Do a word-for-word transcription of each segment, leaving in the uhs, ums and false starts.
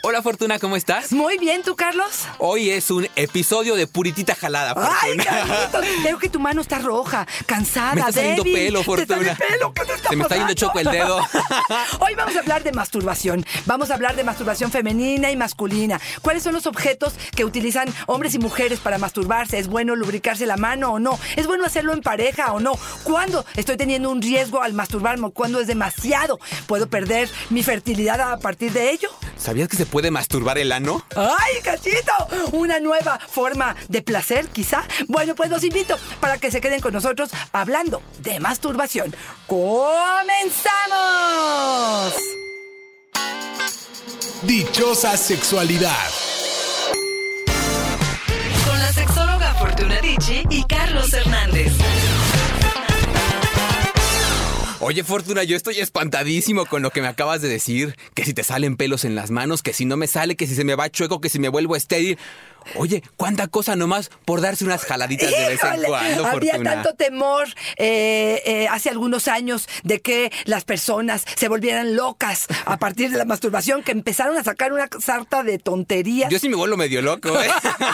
Hola, Fortuna, ¿cómo estás? Muy bien, ¿tú, Carlos? Hoy es un episodio de puritita jalada, Fortuna. ¡Ay, Carlitos! Veo que tu mano está roja, cansada, Me está saliendo débil. pelo, Fortuna. ¿Te sale pelo? ¿Qué te está Se me está yendo pasando? choco el dedo. Hoy vamos a hablar de masturbación. Vamos a hablar de masturbación femenina y masculina. ¿Cuáles son los objetos que utilizan hombres y mujeres para masturbarse? ¿Es bueno lubricarse la mano o no? ¿Es bueno hacerlo en pareja o no? ¿Cuándo estoy teniendo un riesgo al masturbarme? ¿Cuándo es demasiado? ¿Puedo perder mi fertilidad a partir de ello? ¿Sabías que se puede masturbar el ano? ¡Ay, cachito! ¿Una nueva forma de placer, quizá? Bueno, pues los invito para que se queden con nosotros hablando de masturbación. ¡Comenzamos! Dichosa sexualidad. Con la sexóloga Fortuna Dicci y Carlos Hernández. Oye, Fortuna, yo estoy espantadísimo con lo que me acabas de decir. Que si te salen pelos en las manos, que si no me sale, que si se me va chueco, que si me vuelvo estéril. Oye, cuánta cosa nomás por darse unas jaladitas de vez en ¡Híjole! cuando, Había Fortuna. tanto temor eh, eh, hace algunos años de que las personas se volvieran locas a partir de la masturbación, que empezaron a sacar una sarta de tonterías. Yo sí me vuelvo medio loco, ¿eh?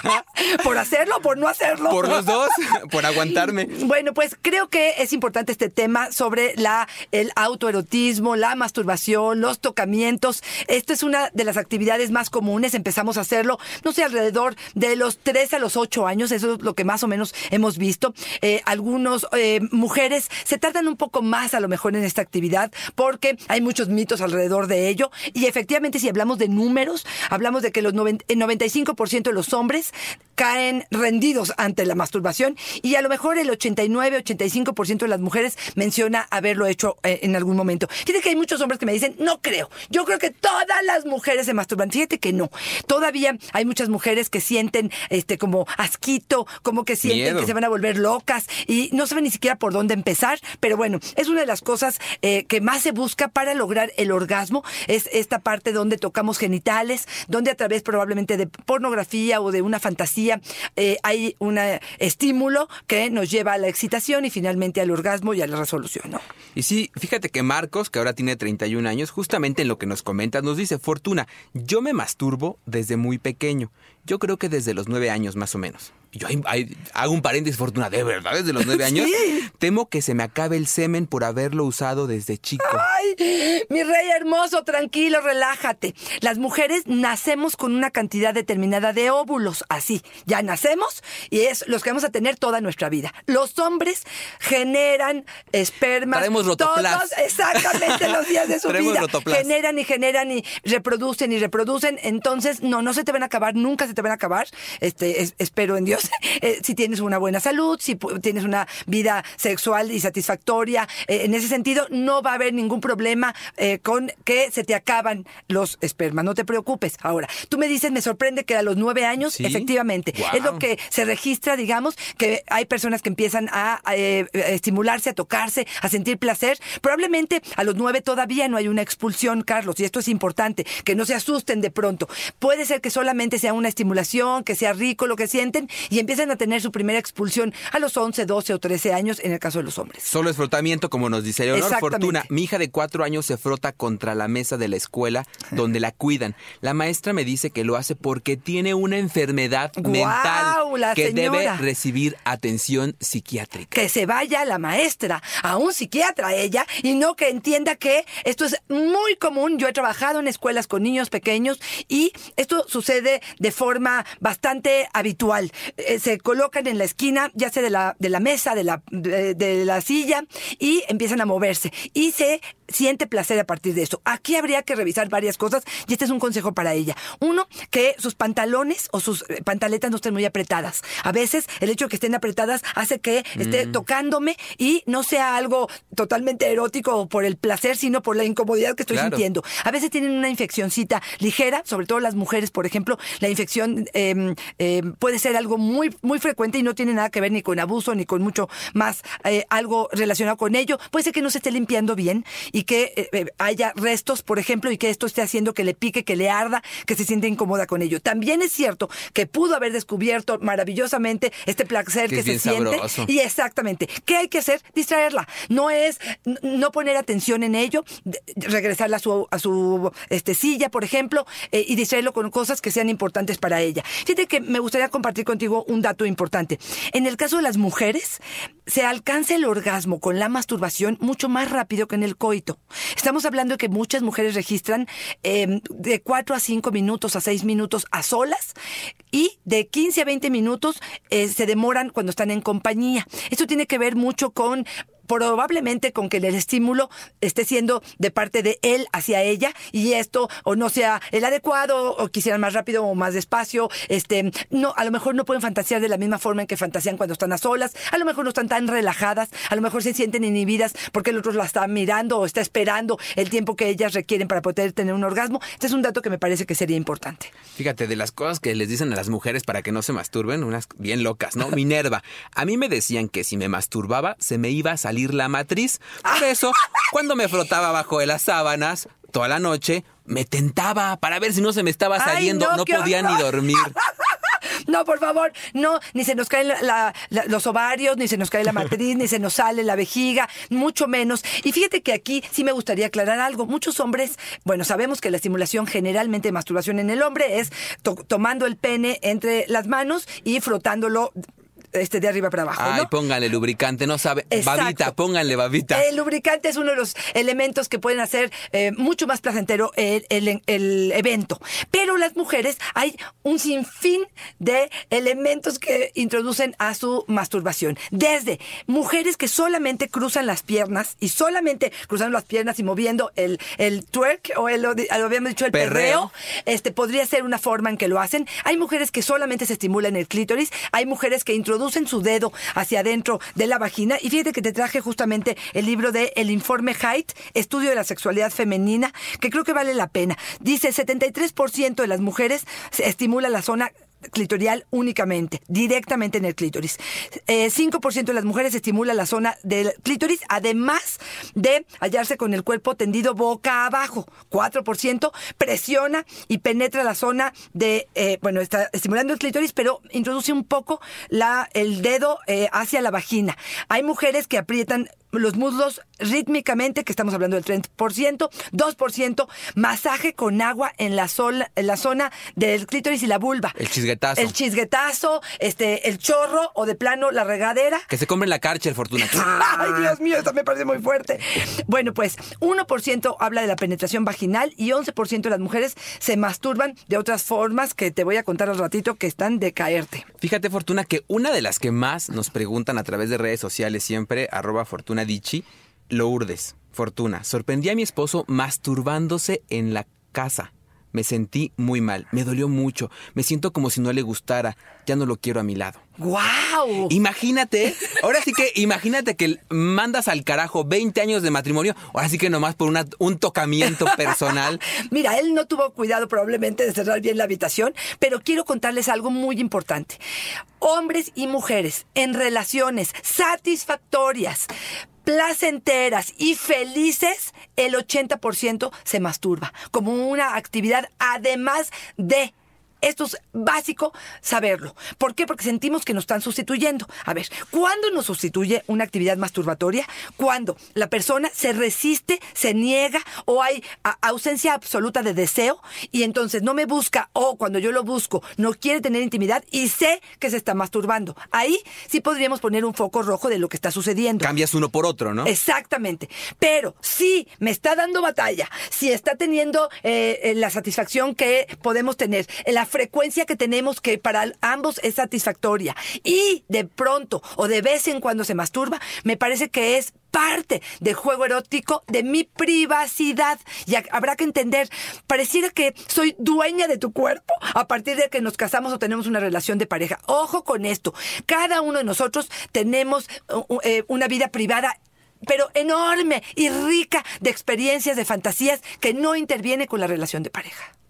¿Por hacerlo o por no hacerlo? Por los dos, por aguantarme. Bueno, pues creo que es importante este tema sobre la, el autoerotismo, la masturbación, los tocamientos. Esto es una de las actividades más comunes. Empezamos a hacerlo, no sé, alrededor de los tres a los ocho años. Eso es lo que más o menos hemos visto. Eh, algunos eh, mujeres se tardan un poco más a lo mejor en esta actividad porque hay muchos mitos alrededor de ello. Y efectivamente, si hablamos de números, hablamos de que los noventa, el noventa y cinco por ciento de los hombres caen rendidos ante la masturbación y a lo mejor el ochenta y nueve, ochenta y cinco por ciento de las mujeres menciona haberlo hecho eh, en algún momento. Fíjate que hay muchos hombres que me dicen, no creo, yo creo que todas las mujeres se masturban. Fíjate que no. Todavía hay muchas mujeres que sienten este como asquito, como que sienten Miedo. que se van a volver locas y no saben ni siquiera por dónde empezar, pero bueno, es una de las cosas eh, que más se busca para lograr el orgasmo, es esta parte donde tocamos genitales, donde a través probablemente de pornografía o de una fantasía eh, hay un estímulo que nos lleva a la excitación y finalmente al orgasmo y a la resolución, ¿no? Y sí, fíjate que Marcos, que ahora tiene treinta y un años, justamente en lo que nos comentas, nos dice, Fortuna, yo me masturbo desde muy pequeño. Yo creo que desde los nueve años más o menos. Y yo ahí, ahí hago un paréntesis, Fortuna, ¿de verdad desde los nueve años? Sí. Temo que se me acabe el semen por haberlo usado desde chico. ¡Ay! Mi rey hermoso, tranquilo, relájate. Las mujeres nacemos con una cantidad determinada de óvulos, así. Ya nacemos y es los que vamos a tener toda nuestra vida. Los hombres generan espermas. Traemos rotoplas. Todos exactamente los días de su Traemos vida. rotoplas. Generan y generan y reproducen y reproducen. Entonces, no, no se te van a acabar, nunca se te van a acabar. Este, es, espero en Dios. Eh, si tienes una buena salud, si pu- tienes una vida sexual y satisfactoria, eh, en ese sentido no va a haber ningún problema eh, con que se te acaban los espermas, no te preocupes. Ahora, tú me dices, me sorprende que a los nueve años, ¿Sí? efectivamente, Wow. es lo que se registra, digamos, que hay personas que empiezan a, a, eh, a estimularse, a tocarse, a sentir placer. Probablemente a los nueve todavía no hay una expulsión, Carlos, y esto es importante, que no se asusten de pronto. Puede ser que solamente sea una estimulación, que sea rico lo que sienten, y empiezan a tener su primera expulsión a los once, doce o trece años en el caso de los hombres. Solo es frotamiento, como nos dice Leonor. Exactamente. Fortuna, mi hija de cuatro años se frota contra la mesa de la escuela donde la cuidan. La maestra me dice que lo hace porque tiene una enfermedad ¡Guau, mental la que señora! debe recibir atención psiquiátrica. Que se vaya la maestra a un psiquiatra ella y no que entienda que esto es muy común. Yo he trabajado en escuelas con niños pequeños y esto sucede de forma bastante habitual. Eh, se colocan en la esquina, ya sea de la, de la mesa, de la, de, de la silla, y empiezan a moverse. Y se siente placer a partir de eso. Aquí habría que revisar varias cosas y este es un consejo para ella. Uno, que sus pantalones o sus pantaletas no estén muy apretadas. A veces el hecho de que estén apretadas hace que mm. esté tocándome y no sea algo totalmente erótico por el placer, sino por la incomodidad que estoy claro. sintiendo. A veces tienen una infeccioncita ligera, sobre todo las mujeres, por ejemplo, la infección masturbación eh, eh, puede ser algo muy, muy frecuente y no tiene nada que ver ni con abuso ni con mucho más eh, algo relacionado con ello. Puede ser que no se esté limpiando bien y que eh, eh, haya restos, por ejemplo, y que esto esté haciendo que le pique, que le arda, que se siente incómoda con ello. También es cierto que pudo haber descubierto maravillosamente este placer que, que se siente. Sabroso. Y exactamente. ¿Qué hay que hacer? Distraerla. No es no poner atención en ello, regresarla a su, a su este, silla, por ejemplo, eh, y distraerlo con cosas que sean importantes para ella. Fíjate que me gustaría compartir contigo un dato importante. En el caso de las mujeres, se alcanza el orgasmo con la masturbación mucho más rápido que en el coito. Estamos hablando de que muchas mujeres registran eh, de cuatro a cinco minutos a seis minutos a solas y de quince a veinte minutos eh, se demoran cuando están en compañía. Esto tiene que ver mucho con probablemente con que el estímulo esté siendo de parte de él hacia ella y esto o no sea el adecuado o quisieran más rápido o más despacio, este, no, a lo mejor no pueden fantasear de la misma forma en que fantasean cuando están a solas, a lo mejor no están tan relajadas, a lo mejor se sienten inhibidas porque el otro la está mirando o está esperando el tiempo que ellas requieren para poder tener un orgasmo. Este es un dato que me parece que sería importante. Fíjate, de las cosas que les dicen a las mujeres para que no se masturben, unas bien locas, ¿no? Minerva, a mí me decían que si me masturbaba se me iba a salir la matriz. Por eso, cuando me frotaba bajo de las sábanas toda la noche, me tentaba para ver si no se me estaba saliendo. Ay, no, no podía horror. Ni dormir. No, por favor, no, ni se nos caen la, la, la, los ovarios, ni se nos cae la matriz, ni se nos sale la vejiga, mucho menos. Y fíjate que aquí sí me gustaría aclarar algo. Muchos hombres, bueno, sabemos que la estimulación generalmente de masturbación en el hombre es to- tomando el pene entre las manos y frotándolo este de arriba para abajo, ¿no? Ay, pónganle lubricante, no sabe. Exacto. Babita, pónganle babita. El lubricante es uno de los elementos que pueden hacer eh, mucho más placentero el, el, el evento. Pero las mujeres, hay un sinfín de elementos que introducen a su masturbación. Desde mujeres que solamente cruzan las piernas y solamente cruzando las piernas y moviendo el, el twerk o el, lo habíamos dicho, el perreo. perreo, este podría ser una forma en que lo hacen. Hay mujeres que solamente se estimulan el clítoris, hay mujeres que introducen su dedo hacia adentro de la vagina. Y fíjate que te traje justamente el libro de El Informe Haidt, Estudio de la Sexualidad Femenina, que creo que vale la pena. Dice, setenta y tres por ciento de las mujeres se estimula la zona clitorial únicamente, directamente en el clítoris. Eh, cinco por ciento de las mujeres estimula la zona del clítoris, además de hallarse con el cuerpo tendido boca abajo. cuatro por ciento presiona y penetra la zona de, eh, bueno, está estimulando el clítoris, pero introduce un poco la, el dedo eh, hacia la vagina. Hay mujeres que aprietan los muslos rítmicamente, que estamos hablando del treinta por ciento, dos por ciento masaje con agua en la, sola, en la zona del clítoris y la vulva. El chisguetazo. El chisguetazo, este, el chorro o de plano la regadera. Que se compren la Karcher, Fortuna. Ay, Dios mío, esto me parece muy fuerte. Bueno, pues uno por ciento habla de la penetración vaginal y once por ciento de las mujeres se masturban de otras formas que te voy a contar al ratito que están de caerte. Fíjate, Fortuna, que una de las que más nos preguntan a través de redes sociales siempre, arroba Fortuna Dichi, Lourdes. Fortuna, sorprendí a mi esposo masturbándose en la casa. Me sentí muy mal, me dolió mucho, me siento como si no le gustara, ya no lo quiero a mi lado. ¡Guau! Imagínate, ahora sí que imagínate que mandas al carajo veinte años de matrimonio, ahora sí que nomás por una, un tocamiento personal. Mira, él no tuvo cuidado probablemente de cerrar bien la habitación, pero quiero contarles algo muy importante. Hombres y mujeres en relaciones satisfactorias, placenteras y felices, el ochenta por ciento se masturba como una actividad además de... Esto es básico saberlo. ¿Por qué? Porque sentimos que nos están sustituyendo. A ver, ¿cuándo nos sustituye una actividad masturbatoria? Cuando la persona se resiste, se niega o hay a- ausencia absoluta de deseo y entonces no me busca o cuando yo lo busco no quiere tener intimidad y sé que se está masturbando. Ahí sí podríamos poner un foco rojo de lo que está sucediendo. Cambias uno por otro, ¿no? Exactamente. Pero si me está dando batalla, si está teniendo eh, la satisfacción que podemos tener, la frecuencia que tenemos que para ambos es satisfactoria y de pronto o de vez en cuando se masturba, me parece que es parte del juego erótico de mi privacidad. Y habrá que entender, pareciera que soy dueña de tu cuerpo a partir de que nos casamos o tenemos una relación de pareja. Ojo con esto, cada uno de nosotros tenemos uh, eh, una vida privada pero enorme y rica de experiencias, de fantasías que no interviene con la relación de pareja.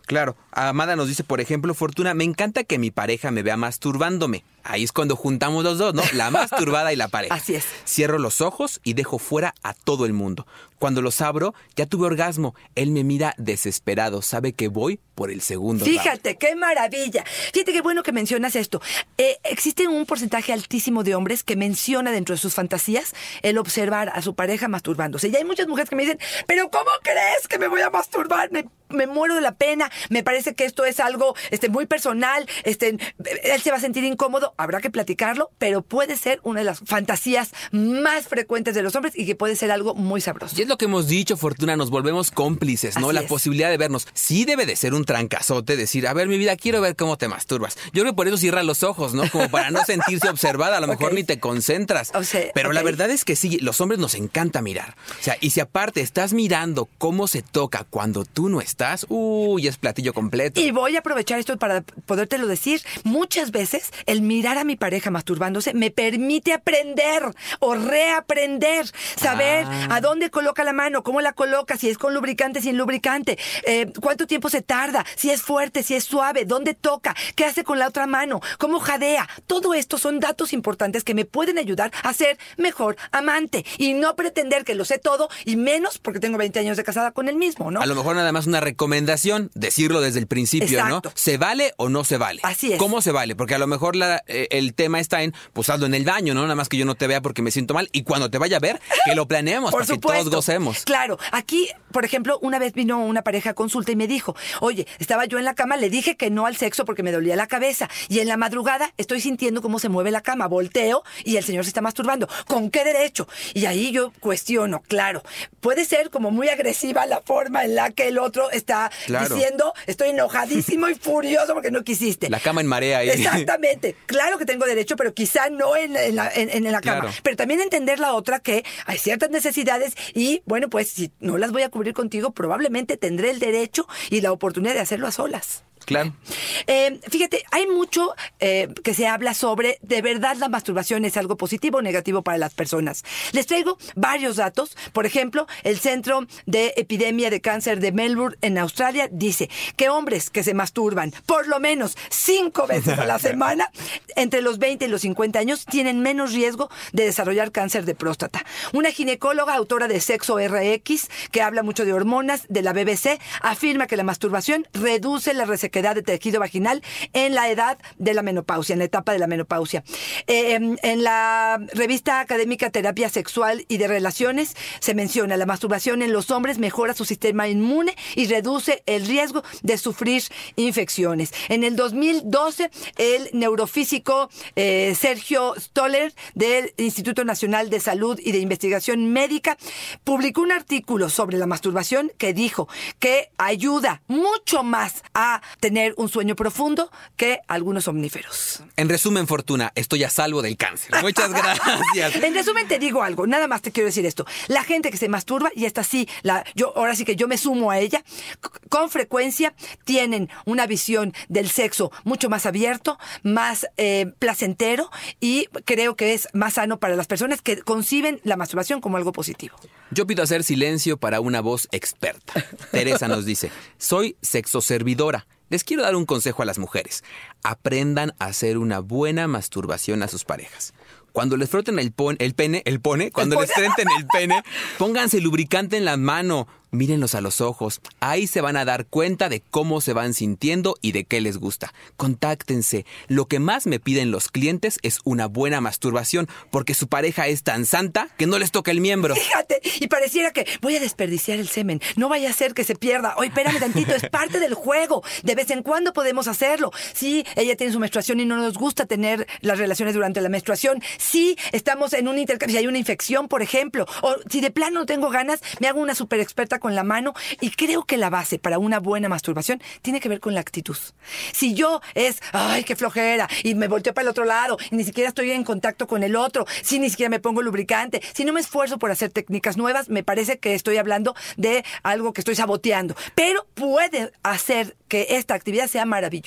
Claro. Amada nos dice, por ejemplo, Fortuna, me encanta que mi pareja me vea masturbándome. Ahí es cuando juntamos los dos, ¿no? La masturbada y la pareja. Así es. Cierro los ojos y dejo fuera a todo el mundo. Cuando los abro, ya tuve orgasmo. Él me mira desesperado. Sabe que voy por el segundo. Fíjate, round. Qué maravilla. Fíjate qué bueno que mencionas esto. Eh, existe un porcentaje altísimo de hombres que menciona dentro de sus fantasías el observar a su pareja masturbándose. Y hay muchas mujeres que me dicen, pero ¿cómo crees que me voy a masturbar? Me, me muero de la pena. Me parece que esto es algo este, muy personal. Este, él se va a sentir incómodo. Habrá que platicarlo, pero puede ser una de las fantasías más frecuentes de los hombres y que puede ser algo muy sabroso. Y es lo que hemos dicho, Fortuna, nos volvemos cómplices, ¿no? Así La es. posibilidad de vernos. Sí debe de ser un trancazote decir, a ver, mi vida, quiero ver cómo te masturbas. Yo creo que por eso cierra los ojos, ¿no? Como para no sentirse observada, a lo mejor Okay. ni te concentras. O sea, pero okay. la verdad es que sí, los hombres nos encanta mirar. O sea, y si aparte estás mirando cómo se toca cuando tú no estás, uy, es platillo completo. Y voy a aprovechar esto para podértelo decir. Muchas veces el mirar a mi pareja masturbándose me permite aprender o reaprender, saber Ah. a dónde coloca la mano, cómo la coloca, si es con lubricante, sin lubricante, eh, cuánto tiempo se tarda, si es fuerte, si es suave, dónde toca, qué hace con la otra mano, cómo jadea. Todo esto son datos importantes que me pueden ayudar a ser mejor amante y no pretender que lo sé todo y menos porque tengo veinte años de casada con él mismo, ¿no? A lo mejor nada más una recomendación, decirlo desde el principio, Exacto. ¿no? ¿Se vale o no se vale? Así es. ¿Cómo se vale? Porque a lo mejor la, eh, el tema está en, pues hazlo en el baño, ¿no? Nada más que yo no te vea porque me siento mal. Y cuando te vaya a ver, que lo planeemos Por para supuesto. que todos gocemos. Claro. Aquí, por ejemplo, una vez vino una pareja a consulta y me dijo, oye, estaba yo en la cama, le dije que no al sexo porque me dolía la cabeza. Y en la madrugada estoy sintiendo cómo se mueve la cama. Volteo y el señor se está masturbando. ¿Con qué derecho? Y ahí yo cuestiono, claro. Puede ser como muy agresiva la forma en la que el otro está Claro. diciendo, estoy enojadísimo y furioso porque no quisiste. La cama en marea ahí. Exactamente. Claro que tengo derecho, pero quizá no en, en la, en, en la cama. Claro. Pero también entender la otra, que hay ciertas necesidades y, bueno, pues si no las voy a cubrir contigo, probablemente tendré el derecho y la oportunidad de hacerlo a solas. Claro. Eh, fíjate, hay mucho eh, que se habla sobre, de verdad la masturbación es algo positivo o negativo para las personas. Les traigo varios datos. Por ejemplo, el Centro de Epidemia de Cáncer de Melbourne en Australia dice que hombres que se masturban por lo menos cinco veces a la semana entre los veinte y los cincuenta años tienen menos riesgo de desarrollar cáncer de próstata. Una ginecóloga, autora de Sexo R X, que habla mucho de hormonas, de la B B C, afirma que la masturbación reduce la resequedad de tejido vaginal en la edad de la menopausia, en la etapa de la menopausia. Eh, en la revista académica Terapia Sexual y de Relaciones se menciona la masturbación en los hombres mejora su sistema inmune y reduce el riesgo de sufrir infecciones. En el dos mil doce, el neurofísico eh, Sergio Stoller del Instituto Nacional de Salud y de Investigación Médica publicó un artículo sobre la masturbación que dijo que ayuda mucho más a tener un sueño profundo que algunos somníferos. En resumen, Fortuna, estoy a salvo del cáncer. Muchas gracias. En resumen, te digo algo, nada más te quiero decir esto. La gente que se masturba, y esta sí, la, yo, ahora sí que yo me sumo a ella, c- con frecuencia tienen una visión del sexo mucho más abierto, más eh, placentero, y creo que es más sano para las personas que conciben la masturbación como algo positivo. Yo pido hacer silencio para una voz experta. Teresa nos dice, soy sexoservidora. Les quiero dar un consejo a las mujeres. Aprendan a hacer una buena masturbación a sus parejas. Cuando les froten el, pon, el pene, el pone, cuando les frenten el pene, pónganse lubricante en la mano, mírenlos a los ojos. Ahí se van a dar cuenta de cómo se van sintiendo y de qué les gusta. Contáctense. Lo que más me piden los clientes es una buena masturbación, porque su pareja es tan santa que no les toca el miembro. Fíjate, y pareciera que voy a desperdiciar el semen. No vaya a ser que se pierda. Oye, espérame tantito, es parte del juego. De vez en cuando podemos hacerlo. Si ella tiene su menstruación y no nos gusta tener las relaciones durante la menstruación, si estamos en un intercambio, si hay una infección, por ejemplo, o si de plano no tengo ganas, me hago una super experta con la mano. Y creo que la base para una buena masturbación tiene que ver con la actitud. Si yo es, ay, qué flojera, y me volteo para el otro lado, y ni siquiera estoy en contacto con el otro, si ni siquiera me pongo lubricante, si no me esfuerzo por hacer técnicas nuevas, me parece que estoy hablando de algo que estoy saboteando. Pero puede hacer que esta actividad sea maravillosa.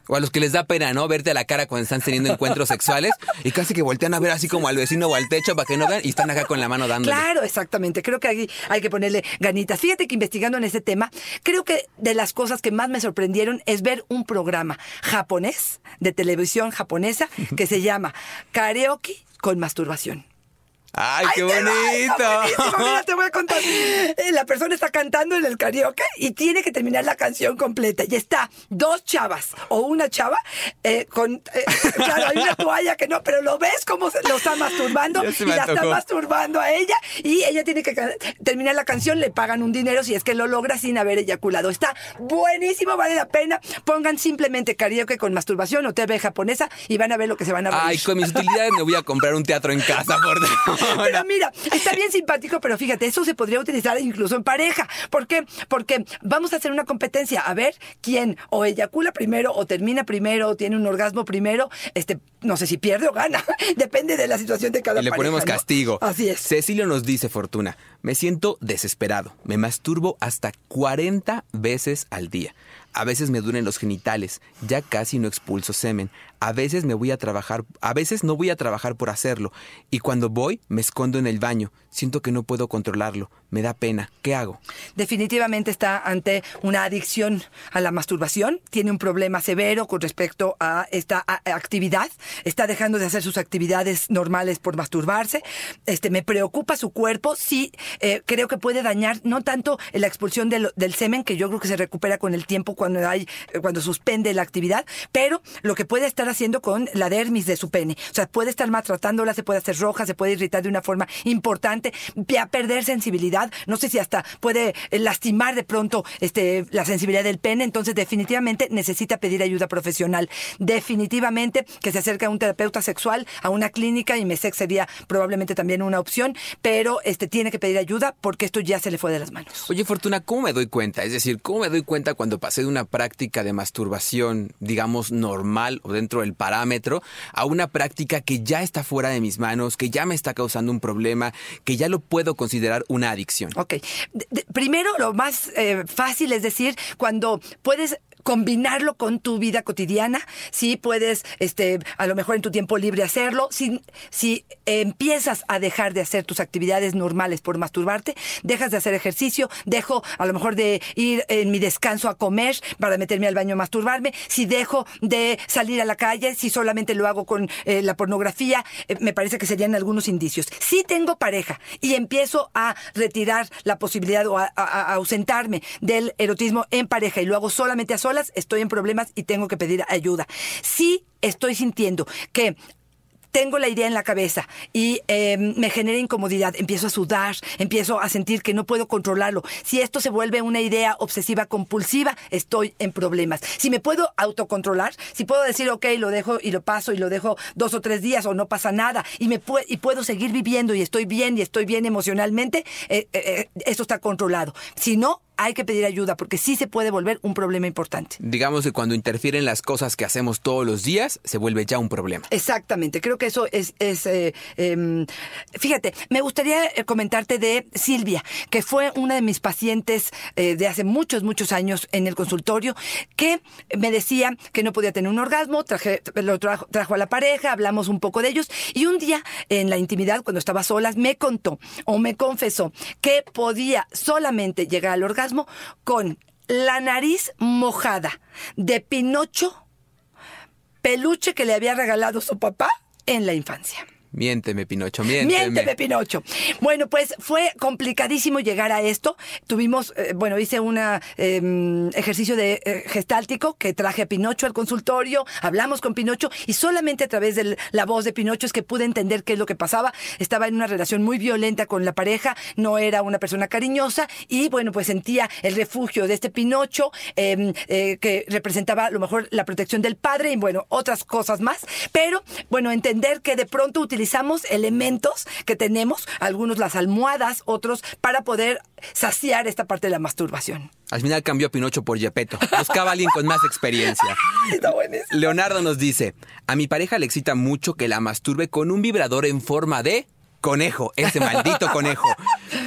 O a los que les da pena, ¿no? Verte a la cara cuando están teniendo encuentros sexuales y casi que voltean a ver así como al vecino o al techo para que no vean y están acá con la mano dándole. Claro, exactamente. Creo que aquí hay que ponerle ganitas. Fíjate que investigando en este tema, creo que de las cosas que más me sorprendieron es ver un programa japonés, de televisión japonesa, que se llama Karaoke con masturbación. ¡Ay, qué ¡Ay, te bonito! va! Está buenísimo. Mira, te voy a contar. Eh, La persona está cantando en el karaoke y tiene que terminar la canción completa. Y está dos chavas o una chava eh, con... eh, claro, hay una toalla que no, pero lo ves cómo se, lo está masturbando Ya se y me la está antojó. masturbando a ella y ella tiene que ca- terminar la canción, le pagan un dinero si es que lo logra sin haber eyaculado. Está buenísimo, vale la pena. Pongan simplemente karaoke con masturbación o T V japonesa y van a ver lo que se van a reír. Ay, con mis utilidades me voy a comprar un teatro en casa, por favor. Pero mira, está bien simpático, pero fíjate, eso se podría utilizar incluso en pareja. ¿Por qué? Porque vamos a hacer una competencia. A ver quién o eyacula primero, o termina primero, o tiene un orgasmo primero. Este, no sé si pierde o gana. Depende de la situación de cada Y le pareja, ponemos ¿no? castigo. Así es. Cecilio nos dice, Fortuna, me siento desesperado. Me masturbo hasta cuarenta veces al día. A veces me duelen los genitales, ya casi no expulso semen. A veces me voy a trabajar, a veces no voy a trabajar por hacerlo. Y cuando voy, me escondo en el baño. Siento que no puedo controlarlo. Me da pena. ¿Qué hago? Definitivamente está ante una adicción a la masturbación. Tiene un problema severo con respecto a esta a- actividad. Está dejando de hacer sus actividades normales por masturbarse. Este, me preocupa su cuerpo. Sí, eh, creo que puede dañar no tanto la expulsión del, del semen, que yo creo que se recupera con el tiempo cuando hay eh, cuando suspende la actividad, pero lo que puede estar haciendo con la dermis de su pene. O sea, puede estar maltratándola, se puede hacer roja, se puede irritar de una forma importante, a perder sensibilidad. No sé si hasta puede eh, lastimar de pronto este, la sensibilidad del pene. Entonces, definitivamente necesita pedir ayuda profesional. Definitivamente que se acerque a un terapeuta sexual, a una clínica, y MESEC sería probablemente también una opción, pero este, tiene que pedir ayuda porque esto ya se le fue de las manos. Oye, Fortuna, ¿cómo me doy cuenta? Es decir, ¿cómo me doy cuenta cuando pasé de una práctica de masturbación, digamos, normal o dentro del parámetro, a una práctica que ya está fuera de mis manos, que ya me está causando un problema, que ya lo puedo considerar una adicción? Ok. De- de- primero, lo más eh, fácil es decir, cuando puedes combinarlo con tu vida cotidiana, si puedes, este, a lo mejor en tu tiempo libre hacerlo, si, si empiezas a dejar de hacer tus actividades normales por masturbarte, dejas de hacer ejercicio, dejo a lo mejor de ir en mi descanso a comer para meterme al baño a masturbarme, si dejo de salir a la calle, si solamente lo hago con eh, la pornografía, eh, me parece que serían algunos indicios. Si tengo pareja y empiezo a retirar la posibilidad o a, a- a ausentarme del erotismo en pareja y lo hago solamente a solas, estoy en problemas y tengo que pedir ayuda. Si estoy sintiendo que tengo la idea en la cabeza y eh, me genera incomodidad, empiezo a sudar, empiezo a sentir que no puedo controlarlo. Si esto se vuelve una idea obsesiva compulsiva, estoy en problemas. Si me puedo autocontrolar, si puedo decir, ok, lo dejo y lo paso y lo dejo dos o tres días o no pasa nada y me pu- y puedo seguir viviendo y estoy bien y estoy bien emocionalmente, eh, eh, esto está controlado. Si no, hay que pedir ayuda porque sí se puede volver un problema importante. Digamos que cuando interfieren las cosas que hacemos todos los días, se vuelve ya un problema. Exactamente, creo que eso es... es eh, eh, fíjate, me gustaría eh, comentarte de Silvia, que fue una de mis pacientes eh, de hace muchos, muchos años en el consultorio, que me decía que no podía tener un orgasmo, traje, lo trajo, trajo a la pareja, hablamos un poco de ellos, y un día en la intimidad, cuando estaba solas, me contó o me confesó que podía solamente llegar al orgasmo con la nariz mojada de Pinocho, peluche que le había regalado su papá en la infancia. Miénteme, Pinocho, miénteme. Miénteme, Pinocho. Bueno, pues fue complicadísimo llegar a esto. Tuvimos, eh, bueno, hice un eh, ejercicio de eh, gestáltico que traje a Pinocho al consultorio, hablamos con Pinocho y solamente a través de la voz de Pinocho es que pude entender qué es lo que pasaba. Estaba en una relación muy violenta con la pareja, no era una persona cariñosa y, bueno, pues sentía el refugio de este Pinocho eh, eh, que representaba a lo mejor la protección del padre y, bueno, otras cosas más. Pero, bueno, entender que de pronto utilizamos Utilizamos elementos que tenemos, algunos las almohadas, otros para poder saciar esta parte de la masturbación. Al final cambió a Pinocho por Gepetto. Buscaba a alguien con más experiencia. Está buenísimo. Leonardo nos dice, a mi pareja le excita mucho que la masturbe con un vibrador en forma de conejo, ese maldito conejo.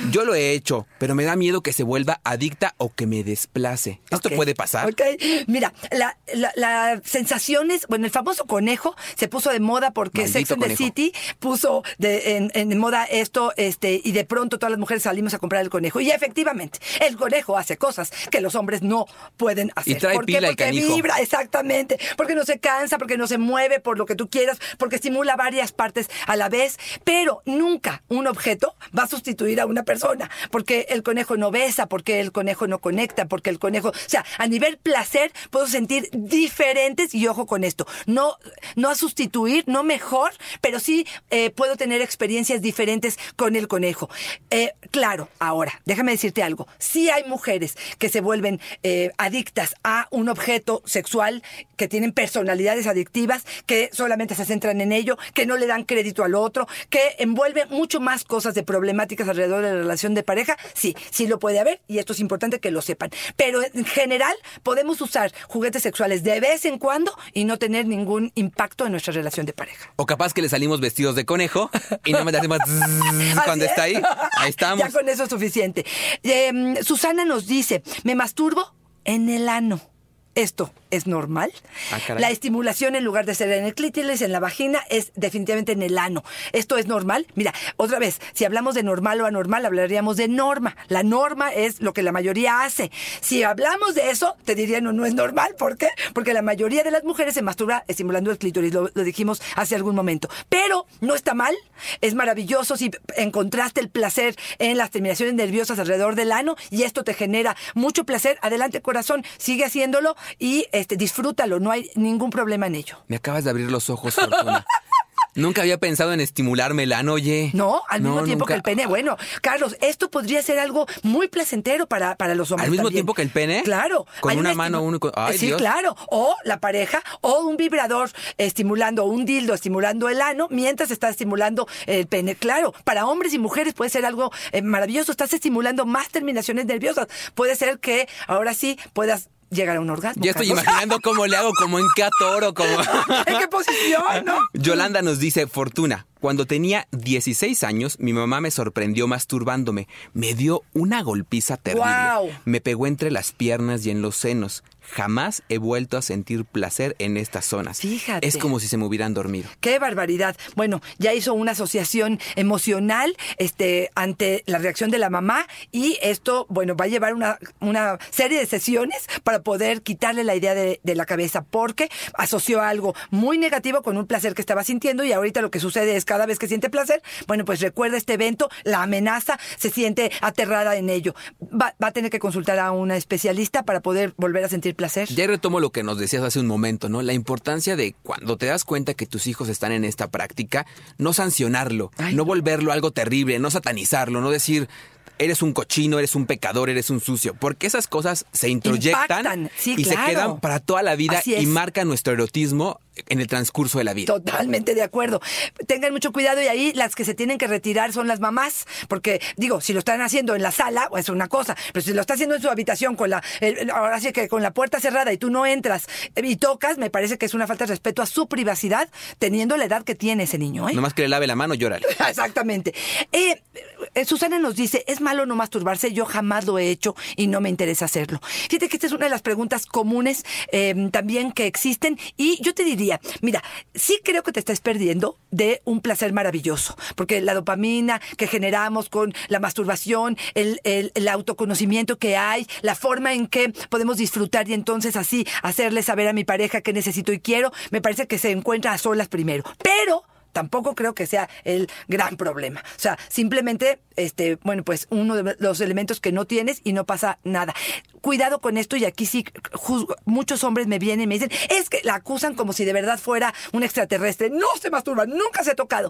Yo lo he hecho, pero me da miedo que se vuelva adicta o que me desplace. ¿Esto Ok, puede pasar? Ok, mira, la, la, la sensaciones, bueno, el famoso conejo se puso de moda porque Maldito Sex and the conejo. City puso de, en, en moda esto, este, y de pronto todas las mujeres salimos a comprar el conejo. Y efectivamente, el conejo hace cosas que los hombres no pueden hacer. Y trae ¿Por qué? pila el Porque canijo. vibra, exactamente, porque no se cansa, porque no se mueve por lo que tú quieras, porque estimula varias partes a la vez, pero nunca un objeto va a sustituir a una persona, porque el conejo no besa, porque el conejo no conecta, porque el conejo, o sea, a nivel placer puedo sentir diferentes, y ojo con esto, no, no a sustituir, no mejor, pero sí eh, puedo tener experiencias diferentes con el conejo. Eh, claro, ahora, déjame decirte algo, sí hay mujeres que se vuelven eh, adictas a un objeto sexual, que tienen personalidades adictivas, que solamente se centran en ello, que no le dan crédito al otro, que envuelven mucho más cosas de problemáticas alrededor de la relación de pareja. Sí, sí lo puede haber, y esto es importante que lo sepan. Pero en general podemos usar juguetes sexuales de vez en cuando y no tener ningún impacto en nuestra relación de pareja. O capaz que le salimos vestidos de conejo y no me hacemos Así cuando es. está ahí. Ahí estamos. Ya con eso es suficiente. Eh, Susana nos dice, me masturbo en el ano. ¿Esto es normal? Ah, caray. La estimulación, en lugar de ser en el clítoris, en la vagina, es definitivamente en el ano. ¿Esto es normal? Mira, otra vez, si hablamos de normal o anormal, hablaríamos de norma. La norma es lo que la mayoría hace. Si hablamos de eso, te diría no, no es normal. ¿Por qué? Porque la mayoría de las mujeres se masturba estimulando el clítoris, lo, lo dijimos hace algún momento. Pero no está mal, es maravilloso si encontraste el placer en las terminaciones nerviosas alrededor del ano y esto te genera mucho placer. Adelante, corazón, sigue haciéndolo y este, disfrútalo, no hay ningún problema en ello. Me acabas de abrir los ojos, Fortuna. Nunca había pensado en estimularme el ano, oye. No, al mismo No, tiempo nunca. que el pene. Bueno, Carlos, esto podría ser algo muy placentero para, para los hombres ¿Al mismo también. tiempo que el pene? Claro. ¿Con Hay una estimu- mano uno y con- Ay, sí, Dios. claro. O la pareja, o un vibrador estimulando, un dildo estimulando el ano, mientras está estimulando el pene. Claro, para hombres y mujeres puede ser algo eh, maravilloso. Estás estimulando más terminaciones nerviosas. Puede ser que ahora sí puedas llegar a un orgasmo. Ya estoy Carlos. imaginando cómo le hago, como en qué atoro, como... ¿En qué posición, no? Yolanda nos dice, Fortuna, cuando tenía dieciséis años, mi mamá me sorprendió masturbándome. Me dio una golpiza terrible. ¡Guau! Me pegó entre las piernas y en los senos. Jamás he vuelto a sentir placer en estas zonas. Fíjate. Es como si se me hubieran dormido. ¡Qué barbaridad! Bueno, ya hizo una asociación emocional este, ante la reacción de la mamá y esto, bueno, va a llevar una, una serie de sesiones para poder quitarle la idea de, de la cabeza porque asoció algo muy negativo con un placer que estaba sintiendo y ahorita lo que sucede es cada vez que siente placer, bueno, pues recuerda este evento, la amenaza, se siente aterrada en ello. Va, va a tener que consultar a una especialista para poder volver a sentir placer. Ya retomo lo que nos decías hace un momento, ¿no? La importancia de cuando te das cuenta que tus hijos están en esta práctica, no sancionarlo, Ay, no no. volverlo algo terrible, no satanizarlo, no decir eres un cochino, eres un pecador, eres un sucio, porque esas cosas se introyectan Impactan, sí, y claro. se quedan para toda la vida Así es. y marcan nuestro erotismo en el transcurso de la vida. Totalmente de acuerdo. Tengan mucho cuidado y ahí las que se tienen que retirar son las mamás, porque digo, si lo están haciendo en la sala, es una cosa, pero si lo está haciendo en su habitación con la, el- ahora sí que con la puerta cerrada y tú no entras y tocas, me parece que es una falta de respeto a su privacidad, teniendo la edad que tiene ese niño, ¿eh? Nomás que le lave la mano, llórale. Exactamente. Eh, eh, Susana nos dice, ¿es malo no masturbarse? Yo jamás lo he hecho y no me interesa hacerlo. Fíjate que esta es una de las preguntas comunes eh, también que existen y yo te diría, mira, sí creo que te estás perdiendo de un placer maravilloso, porque la dopamina que generamos con la masturbación, el, el, el autoconocimiento que hay, la forma en que podemos disfrutar y entonces así hacerle saber a mi pareja que necesito y quiero, me parece que se encuentra a solas primero. Pero tampoco creo que sea el gran problema. O sea, simplemente, este, bueno, pues uno de los elementos que no tienes y no pasa nada. Cuidado con esto y aquí sí, juzgo, muchos hombres me vienen y me dicen, es que la acusan como si de verdad fuera un extraterrestre. No se masturba, nunca se ha tocado.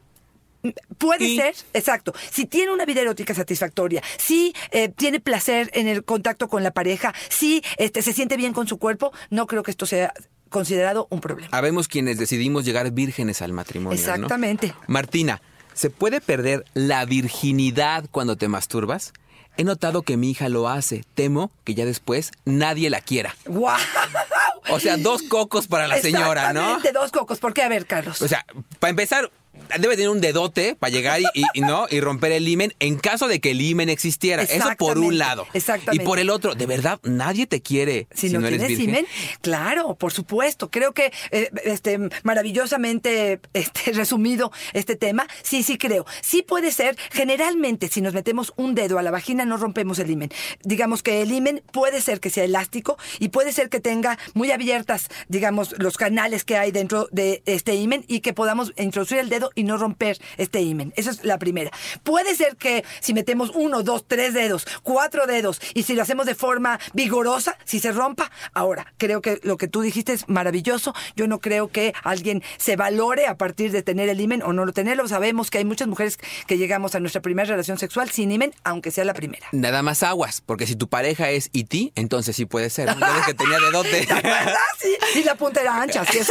Puede Y- ser, exacto. Si tiene una vida erótica satisfactoria, si eh, tiene placer en el contacto con la pareja, si este, se siente bien con su cuerpo, no creo que esto sea considerado un problema. Habemos quienes decidimos llegar vírgenes al matrimonio, ¿no? Exactamente. Martina, ¿se puede perder la virginidad cuando te masturbas? He notado que mi hija lo hace. Temo que ya después nadie la quiera. ¡Guau! O sea, dos cocos para la señora, ¿no? Exactamente, dos cocos. ¿Por qué? A ver, Carlos. O sea, para empezar, debe tener un dedote para llegar y, y, y no y romper el himen en caso de que el himen existiera. Eso por un lado. Exactamente. Y por el otro, de verdad, nadie te quiere si, si no, no eres tienes virgen. himen. Claro, por supuesto. Creo que eh, este maravillosamente este, resumido este tema. Sí, sí creo. Sí puede ser. Generalmente, si nos metemos un dedo a la vagina, no rompemos el himen. Digamos que el himen puede ser que sea elástico y puede ser que tenga muy abiertas, digamos, los canales que hay dentro de este himen y que podamos introducir el dedo y no romper este himen. Esa es la primera. Puede ser que si metemos uno, dos, tres dedos, cuatro dedos y si lo hacemos de forma vigorosa, si se rompa. Ahora, creo que lo que tú dijiste es maravilloso. Yo no creo que alguien se valore a partir de tener el himen o no lo tenerlo. Sabemos que hay muchas mujeres que llegamos a nuestra primera relación sexual sin himen, aunque sea la primera. Nada más aguas, porque si tu pareja es E T, entonces sí puede ser. ¿No? que tenía dedote. ¿Verdad? Sí, y la punta era ancha. Así es.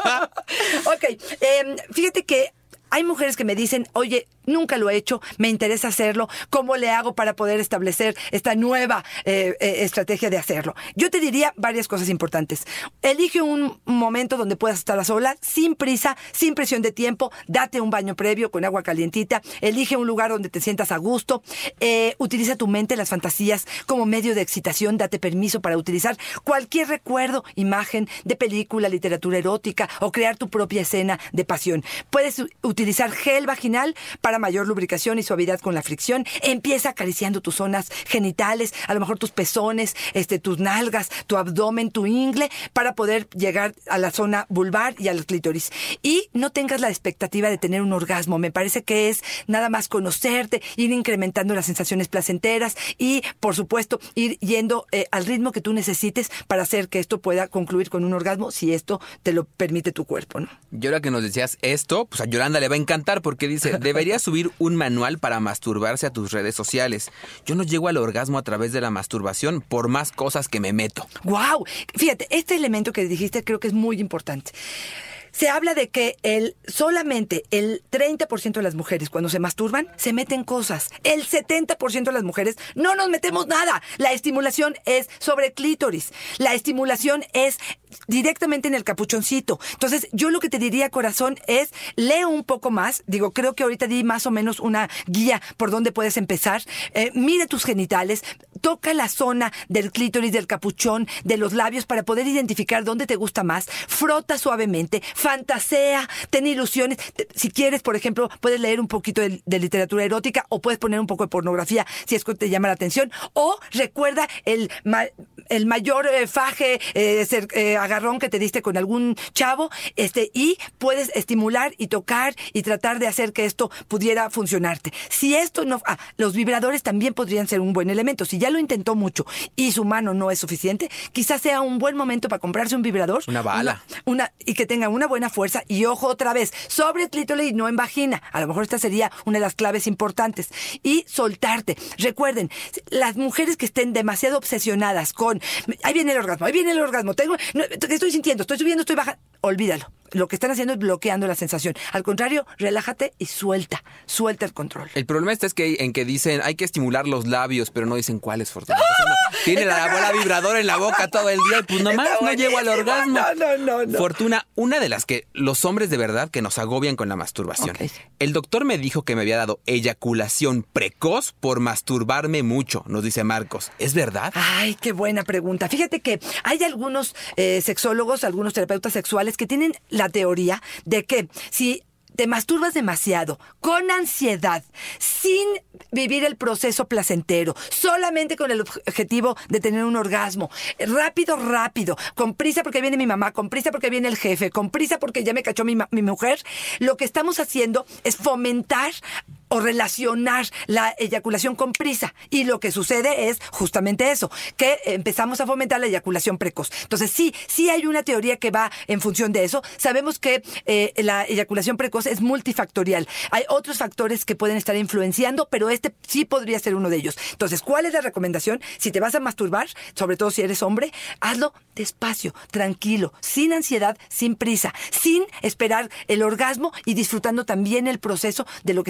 Ok, eh, fíjate que hay mujeres que me dicen, oye, nunca lo he hecho, me interesa hacerlo, ¿cómo le hago para poder establecer esta nueva eh, eh, estrategia de hacerlo? Yo te diría varias cosas importantes. Elige un momento donde puedas estar a solas, sin prisa, sin presión de tiempo, date un baño previo con agua calientita, elige un lugar donde te sientas a gusto, eh, utiliza tu mente, las fantasías como medio de excitación, date permiso para utilizar cualquier recuerdo, imagen de película, literatura erótica o crear tu propia escena de pasión. Puedes utilizar gel vaginal para mayor lubricación y suavidad con la fricción. Empieza acariciando tus zonas genitales, a lo mejor tus pezones, este, tus nalgas, tu abdomen, tu ingle, para poder llegar a la zona vulvar y al clítoris. Y no tengas la expectativa de tener un orgasmo. Me parece que es nada más conocerte, ir incrementando las sensaciones placenteras y, por supuesto, ir yendo eh, al ritmo que tú necesites para hacer que esto pueda concluir con un orgasmo, si esto te lo permite tu cuerpo, ¿no? Y ahora que nos decías esto, pues a Yolanda le va a encantar porque dice, deberías subir un manual para masturbarse a tus redes sociales. Yo no llego al orgasmo a través de la masturbación por más cosas que me meto. ¡Guau! Fíjate, este elemento que dijiste creo que es muy importante. Se habla de que el, solamente el treinta por ciento de las mujeres cuando se masturban se meten cosas. El setenta por ciento de las mujeres no nos metemos nada. La estimulación es sobre clítoris. La estimulación es directamente en el capuchoncito. Entonces, yo lo que te diría, corazón, es lee un poco más. Digo, creo que ahorita di más o menos una guía por dónde puedes empezar. Eh, mira tus genitales, toca la zona del clítoris, del capuchón, de los labios para poder identificar dónde te gusta más. Frota suavemente, fantasea, ten ilusiones. Si quieres, por ejemplo, puedes leer un poquito de, de literatura erótica o puedes poner un poco de pornografía si es que te llama la atención. O recuerda el, ma, el mayor eh, faje, eh, ser, eh, agarrón que te diste con algún chavo, este, y puedes estimular y tocar y tratar de hacer que esto pudiera funcionarte. Si esto no... Ah, los vibradores también podrían ser un buen elemento. Si ya lo intentó mucho y su mano no es suficiente, quizás sea un buen momento para comprarse un vibrador. Una bala. Una, una, y que tenga una buena fuerza. Y ojo, otra vez, sobre el clítoris y no en vagina. A lo mejor esta sería una de las claves importantes. Y soltarte. Recuerden, las mujeres que estén demasiado obsesionadas con ahí viene el orgasmo, ahí viene el orgasmo, tengo, no, ¿qué estoy sintiendo? Estoy subiendo, estoy bajando. Olvídalo. Lo que están haciendo es bloqueando la sensación. Al contrario, relájate y suelta. Suelta el control. El problema está es que en que dicen hay que estimular los labios, pero no dicen cuáles, Fortuna. ¡Oh! Tiene la bola vibradora en la boca todo el día y pues nomás no llego al orgasmo. No, no, no, no. Fortuna, una de las que los hombres de verdad que nos agobian con la masturbación. Okay. El doctor me dijo que me había dado eyaculación precoz por masturbarme mucho, nos dice Marcos. ¿Es verdad? Ay, qué buena pregunta. Fíjate que hay algunos eh, sexólogos, algunos terapeutas sexuales que tienen la teoría de que si te masturbas demasiado, con ansiedad, sin vivir el proceso placentero, solamente con el objetivo de tener un orgasmo, rápido, rápido, con prisa porque viene mi mamá, con prisa porque viene el jefe, con prisa porque ya me cachó mi, mi mujer, lo que estamos haciendo es fomentar o relacionar la eyaculación con prisa. Y lo que sucede es justamente eso, que empezamos a fomentar la eyaculación precoz. Entonces, sí, sí hay una teoría que va en función de eso. Sabemos que eh, la eyaculación precoz es multifactorial. Hay otros factores que pueden estar influenciando, pero este sí podría ser uno de ellos. Entonces, ¿cuál es la recomendación? Si te vas a masturbar, sobre todo si eres hombre, hazlo despacio, tranquilo, sin ansiedad, sin prisa, sin esperar el orgasmo y disfrutando también el proceso de lo que estás sintiendo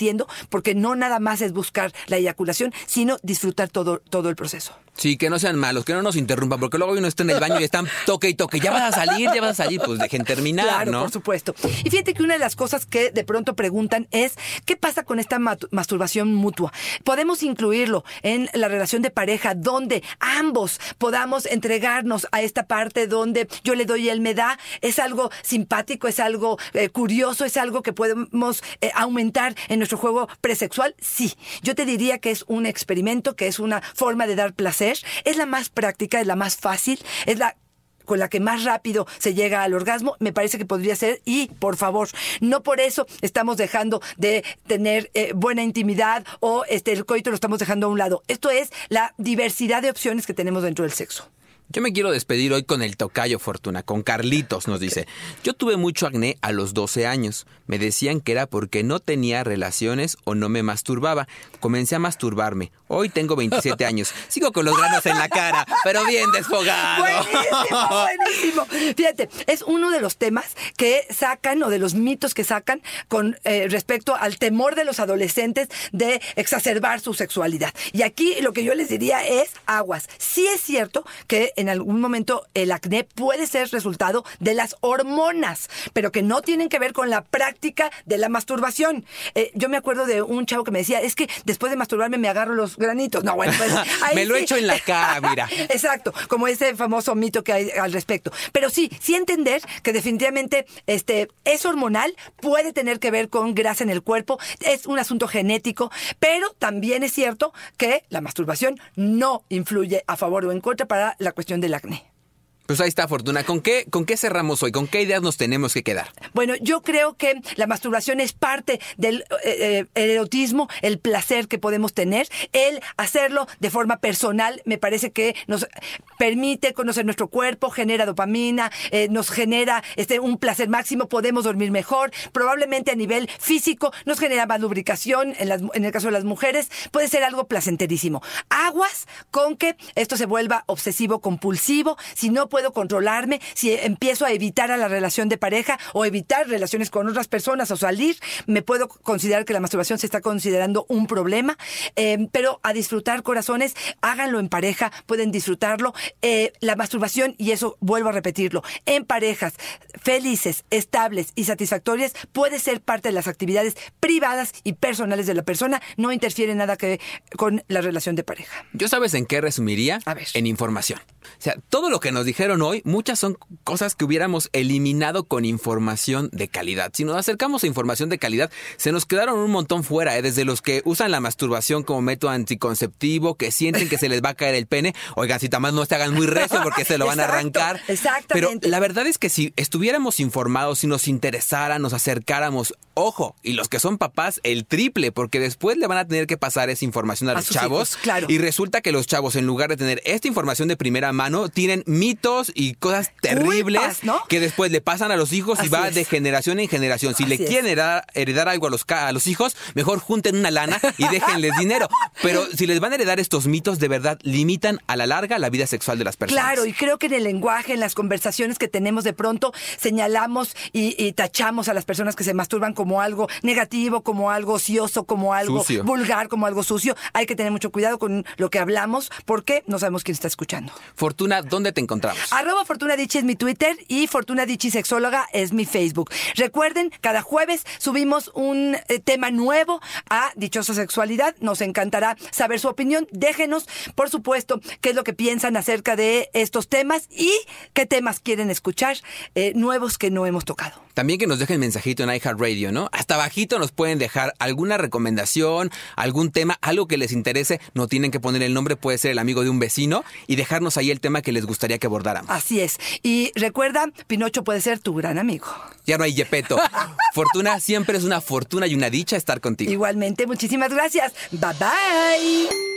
aprendiendo, porque no nada más es buscar la eyaculación, sino disfrutar todo, todo el proceso. Sí, que no sean malos, que no nos interrumpan, porque luego uno está en el baño y están toque y toque, ya vas a salir, ya vas a salir, pues dejen terminar, claro, ¿no? Por supuesto. Y fíjate que una de las cosas que de pronto preguntan es, ¿qué pasa con esta mat- masturbación mutua? Podemos incluirlo en la relación de pareja, donde ambos podamos entregarnos a esta parte donde yo le doy y él me da. Es algo simpático, es algo eh, curioso, es algo que podemos eh, aumentar en nuestro juego presexual. Sí, yo te diría que es un experimento, que es una forma de dar placer. Es la más práctica, es la más fácil, es la con la que más rápido se llega al orgasmo. Me parece que podría ser, y por favor, no por eso estamos dejando de tener eh, buena intimidad o este el coito lo estamos dejando a un lado. Esto es la diversidad de opciones que tenemos dentro del sexo. Yo me quiero despedir hoy con el tocayo Fortuna, con Carlitos, nos dice. Yo tuve mucho acné a los doce años. Me decían que era porque no tenía relaciones o no me masturbaba. Comencé a masturbarme. Hoy tengo veintisiete años. Sigo con los granos en la cara, pero bien desfogado. Buenísimo, buenísimo. Fíjate, es uno de los temas que sacan, o de los mitos que sacan con eh, respecto al temor de los adolescentes de exacerbar su sexualidad. Y aquí lo que yo les diría es aguas. Sí es cierto que en algún momento el acné puede ser resultado de las hormonas, pero que no tienen que ver con la práctica de la masturbación. Eh, yo me acuerdo de un chavo que me decía, es que después de masturbarme me agarro los granitos. No, bueno, pues ahí me lo sí. echo en la cara, mira. Exacto, como ese famoso mito que hay al respecto. Pero sí, sí entender que definitivamente este, es hormonal, puede tener que ver con grasa en el cuerpo, es un asunto genético, pero también es cierto que la masturbación no influye a favor o en contra para la cuestión del acné. Pues ahí está, Fortuna. ¿Con qué, ¿Con qué cerramos hoy? ¿Con qué ideas nos tenemos que quedar? Bueno, yo creo que la masturbación es parte del eh, eh, erotismo, el placer que podemos tener. El hacerlo de forma personal me parece que nos permite conocer nuestro cuerpo, genera dopamina, eh, nos genera este, un placer máximo, podemos dormir mejor. Probablemente a nivel físico nos genera más lubricación, en, las, en el caso de las mujeres, puede ser algo placenterísimo. Aguas con que esto se vuelva obsesivo-compulsivo, si no puedo controlarme, si empiezo a evitar a la relación de pareja o evitar relaciones con otras personas o salir, me puedo considerar que la masturbación se está considerando un problema, eh, pero a disfrutar, corazones, háganlo en pareja, pueden disfrutarlo. Eh, la masturbación, y eso vuelvo a repetirlo, en parejas felices, estables y satisfactorias, puede ser parte de las actividades privadas y personales de la persona, no interfiere nada que con la relación de pareja. ¿Yo sabes en qué resumiría? A ver. En información. O sea, todo lo que nos dijeron hoy, muchas son cosas que hubiéramos eliminado con información de calidad. Si nos acercamos a información de calidad, se nos quedaron un montón fuera, ¿eh? Desde los que usan la masturbación como método anticonceptivo, que sienten que se les va a caer el pene. Oigan, si tamás no se hagan muy recio porque se lo van Exacto, a arrancar. Exactamente. Pero la verdad es que si estuviéramos informados, si nos interesara, nos acercáramos, ojo, y los que son papás, el triple, porque después le van a tener que pasar esa información a, A los sus chavos. hijos, claro. Y resulta que los chavos, en lugar de tener esta información de primera mano, tienen mitos y cosas terribles, Culpas, ¿no? que después le pasan a los hijos y Así va es. de generación en generación. Si Así le es. quieren heredar, heredar algo a los, ca- a los hijos, mejor junten una lana y déjenles dinero. Pero si les van a heredar estos mitos, de verdad, limitan a la larga la vida sexual de las personas. Claro, y creo que en el lenguaje, en las conversaciones que tenemos, de pronto señalamos y, y tachamos a las personas que se masturban como algo negativo, como algo ocioso, como algo Sucio. vulgar, como algo sucio. Hay que tener mucho cuidado con lo que hablamos, porque no sabemos quién está escuchando. Fortuna, ¿dónde te encontramos? Arroba Fortuna Dichi es mi Twitter y Fortuna Dichi Sexóloga es mi Facebook. Recuerden, cada jueves subimos un eh, tema nuevo a Dichosa Sexualidad. Nos encantará saber su opinión. Déjenos, por supuesto, qué es lo que piensan acerca de estos temas y qué temas quieren escuchar eh, nuevos que no hemos tocado. También que nos dejen mensajito en iHeartRadio, ¿no? Hasta abajito nos pueden dejar alguna recomendación, algún tema, algo que les interese. No tienen que poner el nombre, puede ser el amigo de un vecino, y dejarnos ahí el tema que les gustaría que abordáramos. Así es. Y recuerda, Pinocho puede ser tu gran amigo. Ya no hay Yepeto. Fortuna, siempre es una fortuna y una dicha estar contigo. Igualmente, muchísimas gracias. Bye bye.